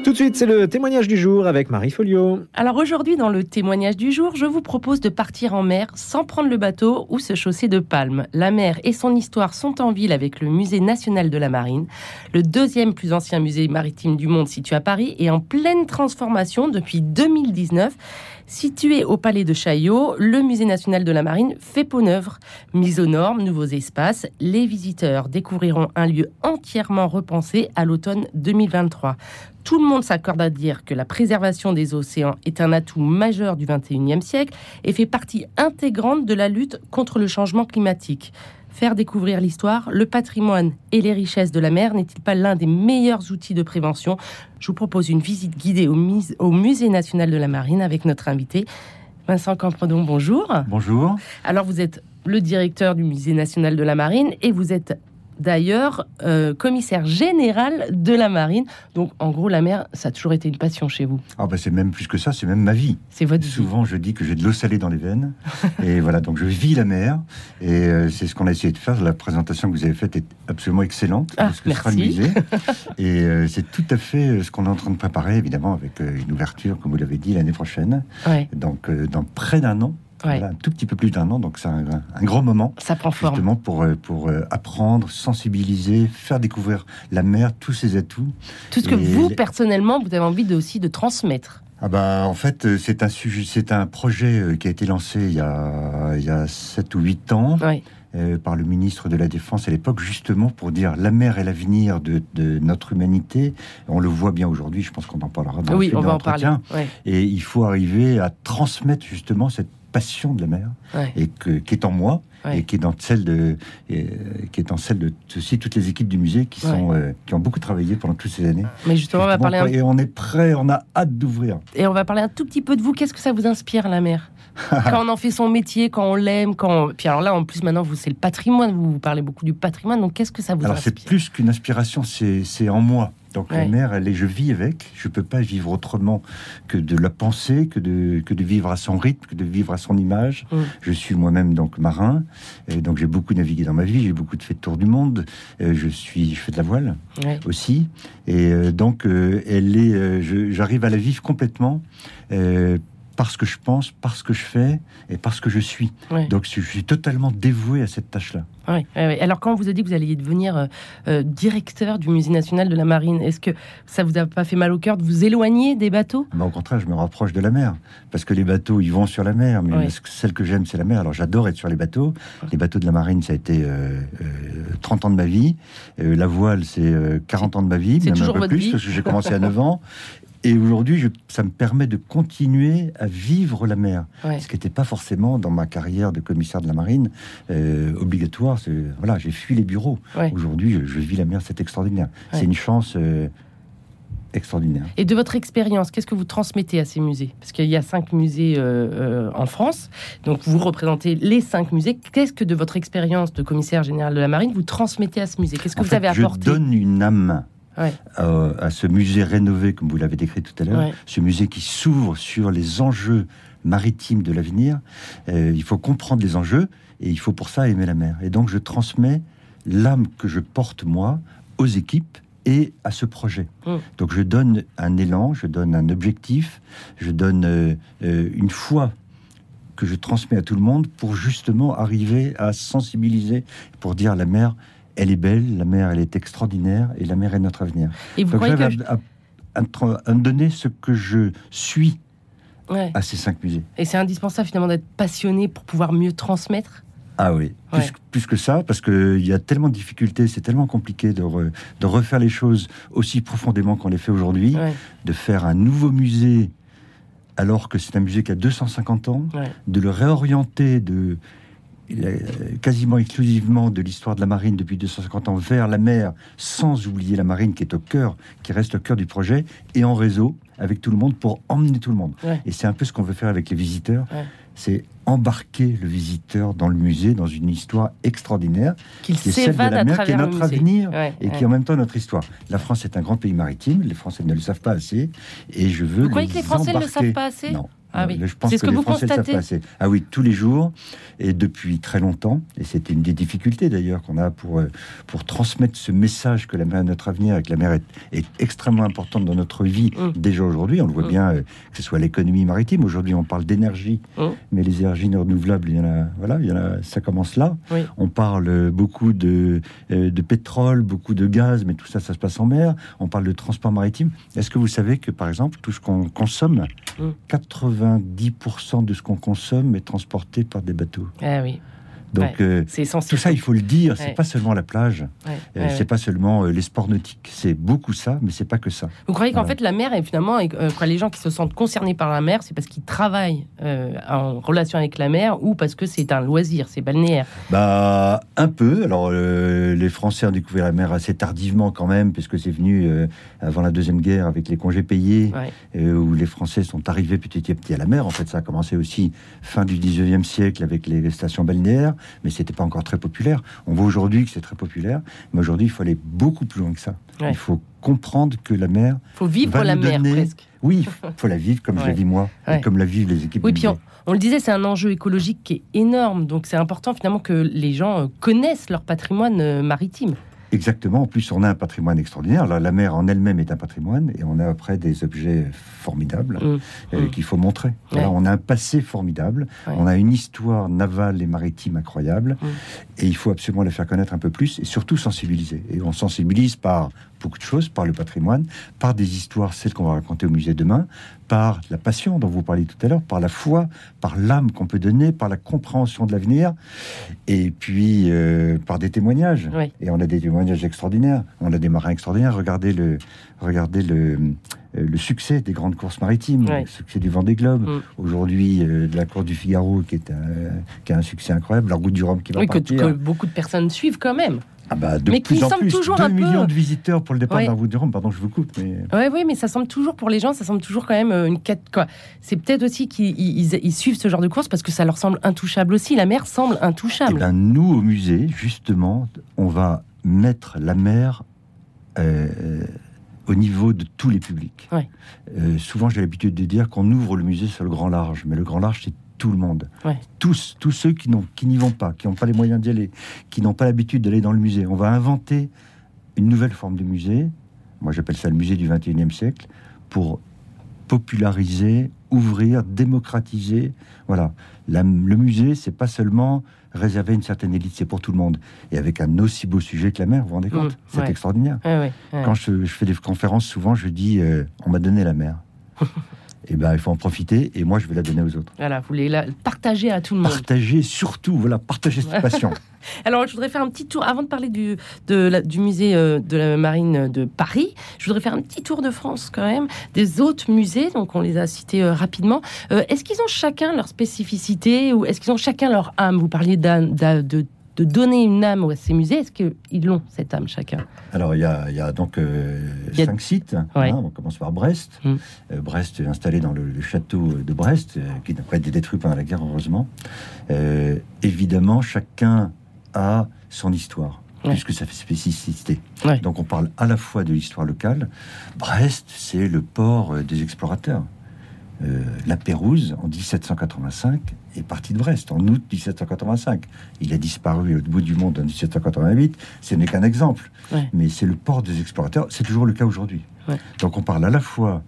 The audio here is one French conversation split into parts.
Tout de suite, c'est le témoignage du jour avec Marie Folliot. Alors aujourd'hui, dans le témoignage du jour, je vous propose de partir en mer sans prendre le bateau ou se chausser de palmes. La mer et son histoire sont en ville avec le Musée national de la marine, le deuxième plus ancien musée maritime du monde situé à Paris et en pleine transformation depuis 2019. Situé au Palais de Chaillot, le Musée national de la marine fait peau neuve. Mise aux normes, nouveaux espaces, les visiteurs découvriront un lieu entièrement repensé à l'automne 2023. Tout le monde s'accorde à dire que la préservation des océans est un atout majeur du XXIe siècle et fait partie intégrante de la lutte contre le changement climatique. Faire découvrir l'histoire, le patrimoine et les richesses de la mer n'est-il pas l'un des meilleurs outils de prévention ? Je vous propose une visite guidée au Musée national de la marine avec notre invité, Vincent Campredon. Bonjour. Bonjour. Alors, vous êtes le directeur du Musée national de la marine et vous êtes d'ailleurs commissaire général de la marine. Donc, en gros, la mer, ça a toujours été une passion chez vous. Ah bah c'est même plus que ça, c'est même ma vie. C'est votre vie. Souvent, je dis que j'ai de l'eau salée dans les veines. Et voilà, donc je vis la mer. Et c'est ce qu'on a essayé de faire. La présentation que vous avez faite est absolument excellente. Parce que ce sera le musée. Et c'est tout à fait ce qu'on est en train de préparer, évidemment, avec une ouverture, comme vous l'avez dit, l'année prochaine. Ouais. Donc, dans près d'un an. Ouais. Voilà, un tout petit peu plus d'un an, donc c'est un grand moment. Ça prend forme. Justement pour apprendre, sensibiliser, faire découvrir la mer, tous ses atouts. Tout ce que vous, personnellement, vous avez envie de transmettre. Ah bah, en fait, c'est un projet qui a été lancé il y a 7 ou 8 ans. Ouais. Par le ministre de la Défense à l'époque, justement pour dire la mer est l'avenir de notre humanité. On le voit bien aujourd'hui, je pense qu'on en parlera dans le suite de l'entretien. Ouais. Et il faut arriver à transmettre justement cette passion de la mer, ouais. et qui est en moi, ouais. et qui est dans celle de aussi toutes les équipes du musée qui ont beaucoup travaillé pendant toutes ces années. Mais justement, on va parler et on est prêt, on a hâte d'ouvrir. Et on va parler un tout petit peu de vous. Qu'est-ce que ça vous inspire, la mer ? Quand on en fait son métier, quand on l'aime, puis alors là, en plus, maintenant, c'est le patrimoine. Vous parlez beaucoup du patrimoine. Donc, qu'est-ce que ça vous inspire ? Alors, c'est plus qu'une inspiration, c'est en moi. Donc, la mer, je vis avec. Je peux pas vivre autrement que de la penser, que de vivre à son rythme, que de vivre à son image. Je suis moi-même donc marin. Et donc, j'ai beaucoup navigué dans ma vie. J'ai beaucoup fait de tour du monde. Je fais de la voile aussi. Et donc, j'arrive à la vivre complètement. Parce que je pense, parce que je fais et parce que je suis. Ouais. Donc, je suis totalement dévoué à cette tâche-là. Ouais. Alors, quand on vous a dit que vous alliez devenir directeur du Musée national de la marine, est-ce que ça vous a pas fait mal au cœur de vous éloigner des bateaux ? Au contraire, je me rapproche de la mer. Parce que les bateaux, ils vont sur la mer. Mais celle que j'aime, c'est la mer. Alors, j'adore être sur les bateaux. Les bateaux de la marine, ça a été 30 ans de ma vie. La voile, c'est 40 ans de ma vie. C'est même toujours un peu votre plus, vie. parce que j'ai commencé à 9 ans. Et aujourd'hui, ça me permet de continuer à vivre la mer, ce qui n'était pas forcément dans ma carrière de commissaire de la marine obligatoire. Voilà, j'ai fui les bureaux. Aujourd'hui, je vis la mer, c'est extraordinaire. C'est une chance extraordinaire. Et de votre expérience, qu'est-ce que vous transmettez à ces musées ? Parce qu'il y a 5 musées en France, donc vous représentez les 5 musées. Qu'est-ce que de votre expérience de commissaire général de la marine vous transmettez à ce musée ? Qu'est-ce que vous avez apporté ? Je donne une âme. À ce musée rénové, comme vous l'avez décrit tout à l'heure, ce musée qui s'ouvre sur les enjeux maritimes de l'avenir. Il faut comprendre les enjeux et il faut pour ça aimer la mer. Et donc je transmets l'âme que je porte moi aux équipes et à ce projet. Donc je donne un élan, je donne un objectif, je donne une foi que je transmets à tout le monde pour justement arriver à sensibiliser, pour dire la mer, elle est belle, la mer, elle est extraordinaire, et la mer est notre avenir. Et vous donc croyez à me donner ce que je suis à ces 5 musées. Et c'est indispensable finalement d'être passionné pour pouvoir mieux transmettre ? Ah oui, plus que ça, parce qu'il y a tellement de difficultés, c'est tellement compliqué de refaire les choses aussi profondément qu'on les fait aujourd'hui, de faire un nouveau musée, alors que c'est un musée qui a 250 ans, de le réorienter quasiment exclusivement de l'histoire de la marine depuis 250 ans vers la mer, sans oublier la marine qui reste au cœur du projet, et en réseau avec tout le monde pour emmener tout le monde. Et c'est un peu ce qu'on veut faire avec les visiteurs. C'est embarquer le visiteur dans le musée, dans une histoire extraordinaire, qui est celle de la mer, qui est notre avenir et qui est en même temps notre histoire. La France est un grand pays maritime, les Français ne le savent pas assez, et je veux Vous croyez que les Français ne le savent pas assez ? Non. Ah oui. Je pense c'est ce que les vous Français constatez. le savent pas assez. Ah oui, tous les jours et depuis très longtemps. Et c'était une des difficultés d'ailleurs qu'on a pour transmettre ce message que la mer est notre avenir et que la mer est extrêmement importante dans notre vie déjà aujourd'hui. On le voit bien, que ce soit l'économie maritime. Aujourd'hui, on parle d'énergie, mais les énergies renouvelables, il y en a, ça commence là. Oui. On parle beaucoup de pétrole, beaucoup de gaz, mais tout ça, ça se passe en mer. On parle de transport maritime. Est-ce que vous savez que, par exemple, tout ce qu'on consomme, 90% de ce qu'on consomme est transporté par des bateaux. Ah oui. Donc, c'est essentiel. tout ça, il faut le dire. C'est pas seulement la plage, c'est pas seulement les sports nautiques. C'est beaucoup ça, mais c'est pas que ça. Vous croyez qu'en fait, la mer, et finalement, les gens qui se sentent concernés par la mer, c'est parce qu'ils travaillent en relation avec la mer ou parce que c'est un loisir, c'est balnéaire? Bah, un peu. Alors, les Français ont découvert la mer assez tardivement quand même, puisque c'est venu avant la Deuxième Guerre avec les congés payés, où les Français sont arrivés petit à petit à la mer. En fait, ça a commencé aussi fin du 19e siècle avec les stations balnéaires. Mais c'était pas encore très populaire. On voit aujourd'hui que c'est très populaire, mais aujourd'hui, il faut aller beaucoup plus loin que ça. Il faut comprendre que la mer... Il faut vivre la mer, presque. Oui, il faut la vivre comme je la vis moi, et comme la vivent les équipes. Oui, puis on le disait, c'est un enjeu écologique qui est énorme, donc c'est important finalement que les gens connaissent leur patrimoine maritime. Exactement. En plus, on a un patrimoine extraordinaire. Là, la mer en elle-même est un patrimoine, et on a après des objets formidables qu'il faut montrer. Voilà, on a un passé formidable, on a une histoire navale et maritime incroyable, et il faut absolument la faire connaître un peu plus, et surtout sensibiliser. Et on sensibilise par beaucoup de choses, par le patrimoine, par des histoires, celles qu'on va raconter au musée demain, par la passion dont vous parliez tout à l'heure, par la foi, par l'âme qu'on peut donner, par la compréhension de l'avenir, et puis par des témoignages. Et on a des témoignages extraordinaires. On a des marins extraordinaires. Regardez le succès des grandes courses maritimes, le succès du Vendée Globe. Aujourd'hui, de la course du Figaro, qui a un succès incroyable. La route du Rhum qui va partir. Que beaucoup de personnes suivent quand même. Ah bah, de plus en plus, 2 millions de visiteurs pour le départ de la route du Rhum. Pardon, je vous coupe. Mais... Oui, mais ça semble toujours, pour les gens, ça semble toujours quand même une quête. C'est peut-être aussi qu'ils suivent ce genre de course parce que ça leur semble intouchable aussi. La mer semble intouchable. Eh bien, nous, au musée, justement, on va mettre la mer au niveau de tous les publics. Souvent, j'ai l'habitude de dire qu'on ouvre le musée sur le grand large. Mais le grand large, c'est tout le monde. Tous ceux qui n'y vont pas, qui n'ont pas les moyens d'y aller, qui n'ont pas l'habitude d'aller dans le musée. On va inventer une nouvelle forme de musée, moi j'appelle ça le musée du 21e siècle, pour populariser, ouvrir, démocratiser. Voilà. Le musée, c'est pas seulement réservé à une certaine élite, c'est pour tout le monde. Et avec un aussi beau sujet que la mer, vous vous rendez compte? C'est extraordinaire. Quand je fais des conférences, souvent je dis on m'a donné la mer. Et ben, il faut en profiter, et moi je vais la donner aux autres. Voilà, vous voulez la partager à tout le monde. Partager surtout, partager cette passion. Alors, je voudrais faire un petit tour, avant de parler du musée de la marine de Paris, je voudrais faire un petit tour de France quand même, des autres musées, donc on les a cités rapidement. Est-ce qu'ils ont chacun leur spécificité, ou est-ce qu'ils ont chacun leur âme? Vous parliez de donner une âme à ces musées. Est-ce qu'ils ont cette âme chacun? Alors, il y a donc 5 sites. On commence par Brest. Brest est installé dans le château de Brest, qui n'a pas été détruit pendant la guerre, heureusement. Évidemment, chacun a son histoire, puisque ça fait spécificité. Donc, on parle à la fois de l'histoire locale. Brest, c'est le port des explorateurs. La Pérouse, en 1785, est parti de Brest, en août 1785. Il a disparu au bout du monde en 1788. Ce n'est qu'un exemple. Mais c'est le port des explorateurs. C'est toujours le cas aujourd'hui. Donc on parle à la fois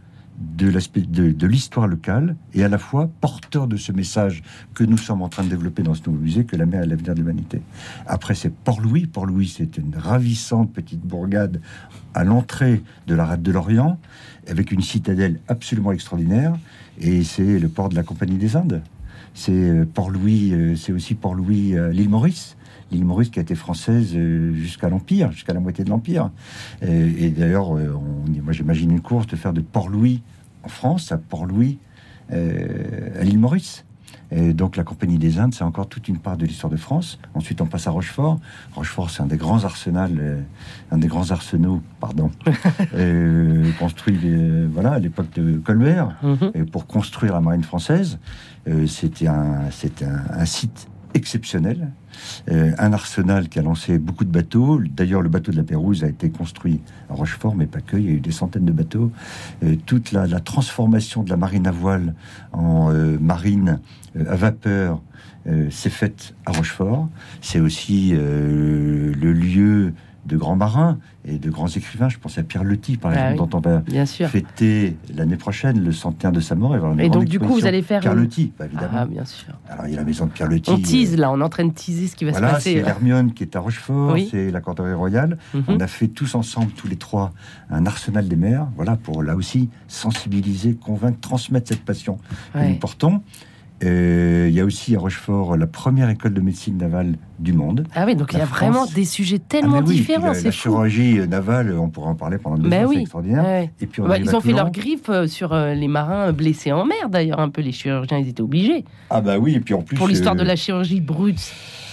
de l'histoire locale et à la fois porteur de ce message que nous sommes en train de développer dans ce nouveau musée, que la mer est l'avenir de l'humanité. Après, c'est Port-Louis. Port-Louis, c'est une ravissante petite bourgade à l'entrée de la rade de l'Orient, avec une citadelle absolument extraordinaire, et c'est le port de la Compagnie des Indes. C'est Port-Louis, c'est aussi Port-Louis, l'île Maurice. L'île Maurice qui a été française jusqu'à l'Empire, jusqu'à la moitié de l'Empire. Et d'ailleurs, moi j'imagine une course de faire de Port-Louis en France à Port-Louis à l'île Maurice. Et donc la Compagnie des Indes, c'est encore toute une part de l'histoire de France. Ensuite, on passe à Rochefort. Rochefort, c'est un des grands arsenaux, construit à l'époque de Colbert, pour construire la marine française. C'était un site exceptionnel. Un arsenal qui a lancé beaucoup de bateaux. D'ailleurs, le bateau de la Pérouse a été construit à Rochefort, mais pas que. Il y a eu des centaines de bateaux. Toute la transformation de la marine à voile en marine à vapeur s'est faite à Rochefort. C'est aussi le lieu de grands marins et de grands écrivains. Je pense à Pierre Loti, par exemple, dont on va fêter l'année prochaine le centenaire de sa mort. Et donc, du coup, vous allez faire... Pierre Loti, évidemment. Ah, bien sûr. Alors, il y a la maison de Pierre Loti. On tease, là, on est en train de teaser ce qui va se passer. C'est l'Hermione qui est à Rochefort, c'est la Corderie Royale. On a fait tous ensemble, tous les trois, un arsenal des mers, voilà, pour, là aussi, sensibiliser, convaincre, transmettre cette passion que nous portons. Il y a aussi à Rochefort la première école de médecine navale du monde. Ah oui, donc il y a vraiment des sujets tellement différents. La chirurgie navale, on pourrait en parler pendant 2 ans, c'est extraordinaire. Et puis ils ont fait leur griffe sur les marins blessés en mer, d'ailleurs, un peu, les chirurgiens, ils étaient obligés. Ah bah oui, et puis en plus... Pour l'histoire de la chirurgie brute.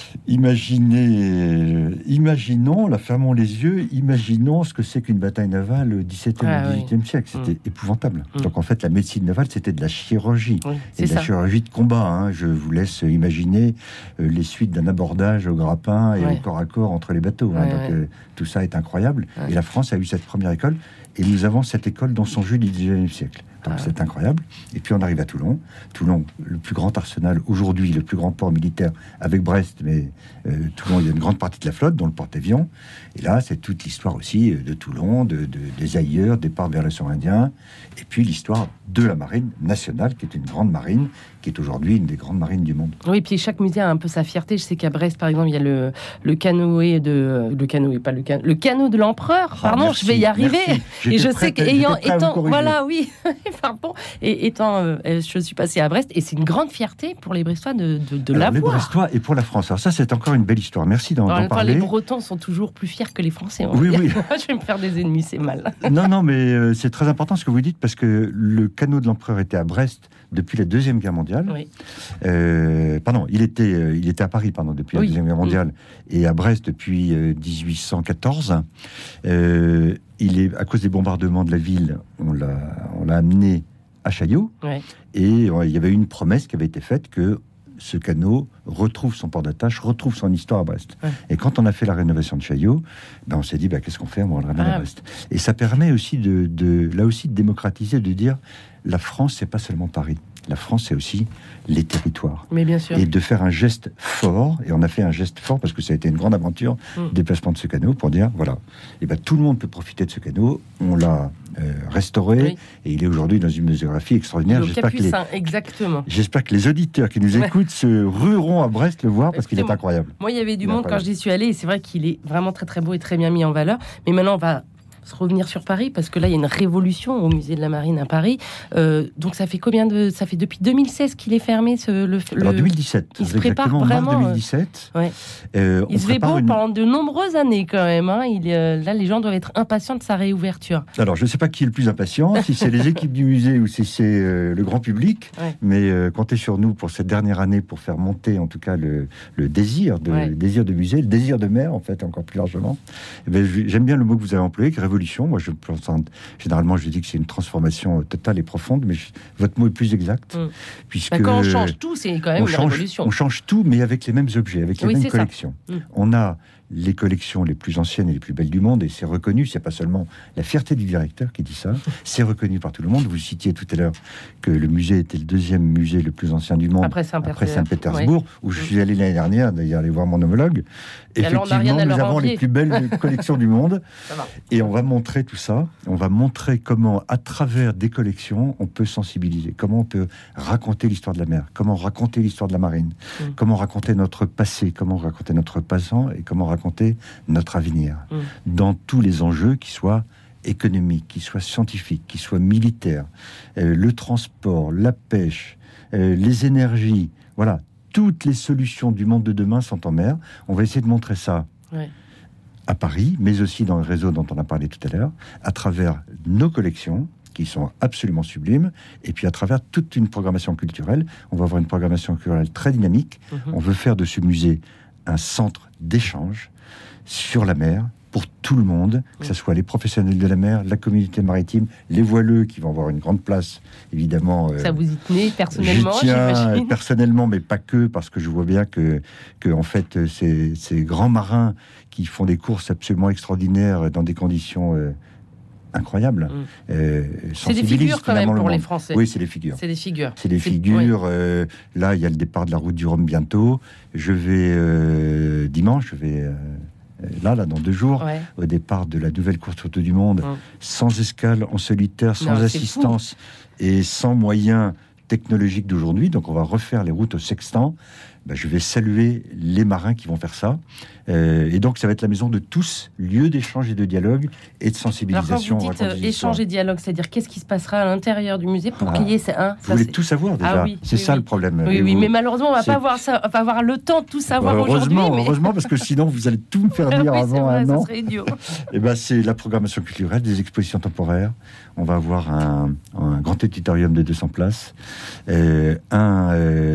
Imaginons, là, fermons les yeux, imaginons ce que c'est qu'une bataille navale au XVIIe et XVIIIe siècle. C'était épouvantable. Donc en fait, la médecine navale, c'était de la chirurgie. Et de la chirurgie de combat. Je vous laisse imaginer les suites d'un abordage au grappin et au corps à corps entre les bateaux. Donc tout ça est incroyable. Et la France a eu cette première école. Et nous avons cette école dans son jus du XIXe siècle. Donc c'est incroyable. Et puis on arrive à Toulon. Toulon, le plus grand arsenal aujourd'hui, le plus grand port militaire avec Brest, mais Toulon, il y a une grande partie de la flotte, dont le porte-avions. Et là, c'est toute l'histoire aussi de Toulon, des ailleurs, départ vers l'océan Indien, et puis l'histoire de la marine nationale, qui est une grande marine, qui est aujourd'hui une des grandes marines du monde. Oui, puis chaque musée a un peu sa fierté. Je sais qu'à Brest, par exemple, il y a le canoë le canot de l'empereur. Pardon, merci, je vais y arriver. Et je sais je suis passée à Brest et c'est une grande fierté pour les Brestois de l'avoir. Les Brestois et pour la France. Alors ça, c'est encore une belle histoire. Merci d'en parler. Les Bretons sont toujours plus fiers que les Français. Oui. Je vais me faire des ennemis, c'est mal. Non, mais c'est très important ce que vous dites parce que le canot de l'empereur était à Brest depuis la Deuxième Guerre mondiale. Il était à Paris depuis la Deuxième Guerre mondiale et à Brest depuis 1814. Il est, à cause des bombardements de la ville, on l'a amené à Chaillot. Et il y avait une promesse qui avait été faite que ce canot retrouve son port d'attache, retrouve son histoire à Brest. Et quand on a fait la rénovation de Chaillot, on s'est dit, qu'est-ce qu'on fait? On le ramène à Brest. Et ça permet aussi de démocratiser, de dire, la France, c'est pas seulement Paris. La France, c'est aussi les territoires. Mais bien sûr. Et de faire un geste fort, et on a fait un geste fort parce que ça a été une grande aventure, déplacement de ce canot, pour dire, voilà, tout le monde peut profiter de ce canot. On l'a restauré, et il est aujourd'hui dans une muséographie extraordinaire. J'espère que les auditeurs qui nous écoutent se rueront à Brest le voir, parce qu'il est incroyable. Moi, il y avait du monde quand j'y suis allée, et c'est vrai qu'il est vraiment très très beau et très bien mis en valeur. Mais maintenant, on va revenir sur Paris, parce que là, il y a une révolution au musée de la Marine à Paris. Donc, ça fait ça fait depuis 2016 qu'il est fermé, Alors, 2017. Il se prépare vraiment. Mars 2017. Il se fait beau pendant de nombreuses années, quand même. Là, les gens doivent être impatients de sa réouverture. Alors, je ne sais pas qui est le plus impatient, si c'est les équipes du musée ou si c'est le grand public. Mais comptez sur nous pour cette dernière année pour faire monter, en tout cas, le désir de musée, le désir de mer, en fait, encore plus largement. J'aime bien le mot que vous avez employé, révolution. Moi, généralement, je dis que c'est une transformation totale et profonde, mais votre mot est plus exact. Puisque quand on change tout, c'est quand même une révolution. On change tout, mais avec les mêmes objets, avec les mêmes collections. On a les collections les plus anciennes et les plus belles du monde, et c'est reconnu, c'est pas seulement la fierté du directeur qui dit ça, c'est reconnu par tout le monde. Vous citiez tout à l'heure que le musée était le deuxième musée le plus ancien du monde, après Saint-Pétersbourg, où je suis allé l'année dernière, d'ailleurs, aller voir mon homologue. Effectivement, nous avons les plus belles collections du monde, et on va montrer tout ça, on va montrer comment, à travers des collections, on peut sensibiliser, comment on peut raconter l'histoire de la mer, comment raconter l'histoire de la marine, comment raconter notre passé, comment raconter notre passant, et comment raconter notre avenir, dans tous les enjeux qui soient économiques, qui soient scientifiques, qui soient militaires, le transport, la pêche, les énergies, voilà, toutes les solutions du monde de demain sont en mer. On va essayer de montrer ça à Paris, mais aussi dans le réseau dont on a parlé tout à l'heure, à travers nos collections, qui sont absolument sublimes, et puis à travers toute une programmation culturelle. On va avoir une programmation culturelle très dynamique. On veut faire de ce musée un centre d'échange sur la mer, pour tout le monde, que ce soit les professionnels de la mer, la communauté maritime, les voileux qui vont avoir une grande place, évidemment. Ça vous y tenez personnellement? J'y tiens personnellement, mais pas que, parce que je vois bien que en fait, ces grands marins qui font des courses absolument extraordinaires dans des conditions incroyables. C'est des figures quand même pour les Français. Oui, c'est des figures. C'est des figures. C'est des figures. Oui. Là, il y a le départ de la route du Rhum bientôt. Je vais dimanche, là, dans 2 jours, au départ de la nouvelle course autour du monde, sans escale, en solitaire, sans assistance et sans moyens technologiques d'aujourd'hui. Donc, on va refaire les routes au sextant. Je vais saluer les marins qui vont faire ça. Et donc, ça va être la maison de tous, lieu d'échange et de dialogue et de sensibilisation. Alors, quand vous dites échange et dialogue, c'est-à-dire qu'est-ce qui se passera à l'intérieur du musée pour qu'il y ait Vous voulez tout savoir déjà. C'est ça le problème. Oui, mais malheureusement, on va pas avoir ça. On va avoir le temps de tout savoir aujourd'hui. Heureusement, parce que sinon, vous allez tout me faire dire avant un an. Ça serait idiot. Et c'est la programmation culturelle, des expositions temporaires. On va avoir un grand auditorium de 200 places, un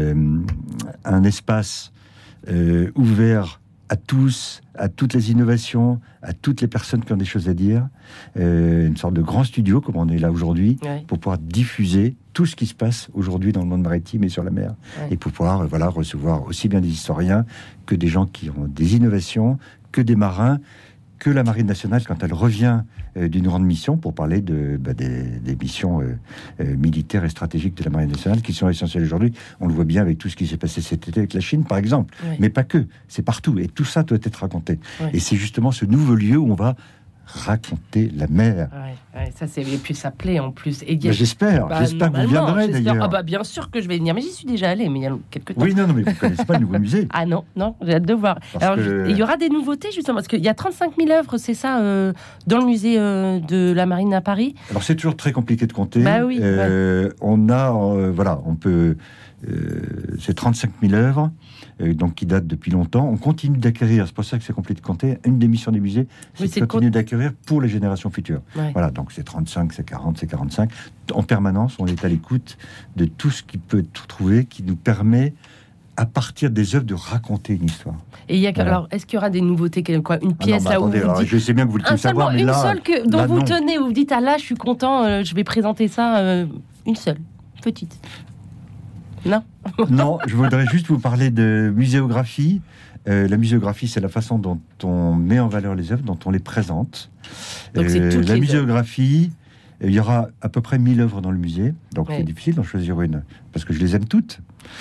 espace ouvert à tous, à toutes les innovations, à toutes les personnes qui ont des choses à dire, une sorte de grand studio comme on est là aujourd'hui, pour pouvoir diffuser tout ce qui se passe aujourd'hui dans le monde maritime et sur la mer, et pour pouvoir recevoir aussi bien des historiens que des gens qui ont des innovations, que des marins, que la Marine nationale quand elle revient d'une grande mission pour parler des missions militaires et stratégiques de la Marine nationale qui sont essentielles aujourd'hui. On le voit bien avec tout ce qui s'est passé cet été avec la Chine, par exemple. Mais pas que, c'est partout. Et tout ça doit être raconté. Et c'est justement ce nouveau lieu où on va raconter la mer. Ça c'est et puis ça plaît en plus. Et j'espère que vous viendrez d'ailleurs. Bien sûr que je vais venir, mais j'y suis déjà allé, mais il y a quelques temps. Oui, non, mais vous connaissez pas le nouveau musée. Ah non, j'ai hâte de voir. Alors, il y aura des nouveautés justement parce qu'il y a 35 000 œuvres, c'est ça, dans le musée de la Marine à Paris. Alors c'est toujours très compliqué de compter. On a, on peut. C'est 35 000 œuvres, donc qui datent depuis longtemps. On continue d'acquérir, c'est pour ça que c'est compliqué de compter. Une des missions des musées, c'est de continuer d'acquérir pour les générations futures. Voilà, donc c'est 35, c'est 40, c'est 45. En permanence, on est à l'écoute de tout ce qui peut tout trouver, qui nous permet, à partir des œuvres, de raconter une histoire. Et alors, est-ce qu'il y aura des nouveautés, une pièce là où vous dites... Je sais bien que vous le voulez savoir, mais une là... seule dont vous tenez, où vous dites, ah là, je suis content, je vais présenter ça, une seule, petite. Non, je voudrais juste vous parler de muséographie. La muséographie, c'est la façon dont on met en valeur les œuvres, dont on les présente. Donc c'est toutes la les muséographie, il y aura à peu près 1000 œuvres dans le musée, donc c'est difficile d'en choisir une, parce que je les aime toutes.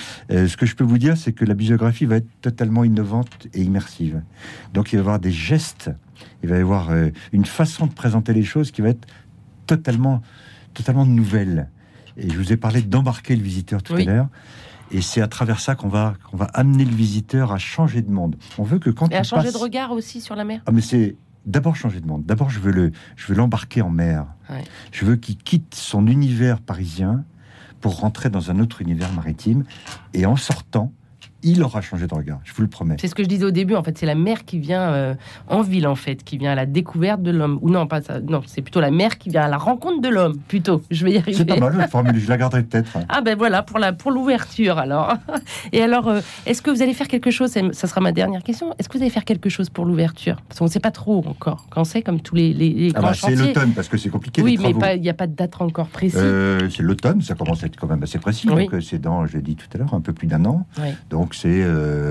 Ce que je peux vous dire, c'est que la muséographie va être totalement innovante et immersive. Donc il va y avoir des gestes, il va y avoir une façon de présenter les choses qui va être totalement nouvelle. Et je vous ai parlé d'embarquer le visiteur tout à l'heure. Et c'est à travers ça qu'on va amener le visiteur à changer de monde. On veut que quand et à changer de regard aussi sur la mer. Ah, mais c'est d'abord changer de monde. D'abord, je veux l'embarquer en mer. Je veux qu'il quitte son univers parisien pour rentrer dans un autre univers maritime. Et en sortant, il aura changé de regard, je vous le promets. C'est ce que je disais au début, en fait, c'est la mer qui vient en ville, en fait, qui vient à la découverte de l'homme. Ou non, pas ça, non, c'est plutôt la mer qui vient à la rencontre de l'homme, plutôt. Je vais y arriver. C'est pas mal, la formule, je la garderai peut-être. Ah ben voilà, pour l'ouverture, alors. Et alors, est-ce que vous allez faire quelque chose, ça sera ma dernière question, est-ce que vous allez faire quelque chose pour l'ouverture? Parce qu'on ne sait pas trop encore, quand c'est comme tous les grands chantiers. C'est l'automne, parce que c'est compliqué, oui, mais il n'y a pas de date encore précise. C'est l'automne, ça commence à être quand même assez précis, donc c'est dans, je l'ai dit tout à l'heure, un peu plus d'un an. Donc c'est...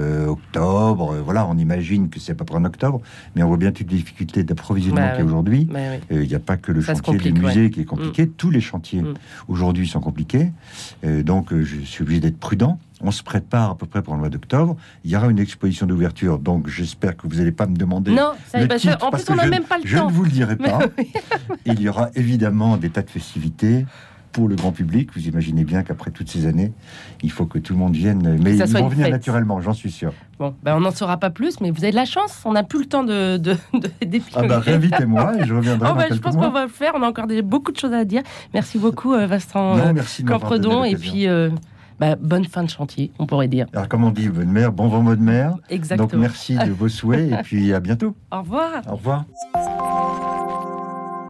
octobre, on imagine que c'est à peu près en octobre, mais on voit bien toutes les difficultés d'approvisionnement qu'il y a aujourd'hui. Il n'y a pas que le chantier du musée qui est compliqué, tous les chantiers aujourd'hui sont compliqués, donc je suis obligé d'être prudent. On se prépare à peu près pour le mois d'octobre. Il y aura une exposition d'ouverture, donc j'espère que vous n'allez pas me demander titre, en plus on n'a même pas le temps. Je ne vous le dirai pas. Il y aura évidemment des tas de festivités pour le grand public. Vous imaginez bien qu'après toutes ces années, il faut que tout le monde vienne. Mais ils vont venir naturellement, j'en suis sûr. Bon, on n'en saura pas plus, mais vous avez de la chance. On n'a plus le temps d'épiloguer. Réinvitez-moi et je reviendrai dans quelques mois. Je pense qu'on va le faire. On a encore beaucoup de choses à dire. Merci beaucoup, Vincent Campredon. Et puis, bonne fin de chantier, on pourrait dire. Alors, comme on dit, bonne mer, bon vent de mer. Exactement. Donc, merci de vos souhaits et puis à bientôt. Au revoir. Au revoir.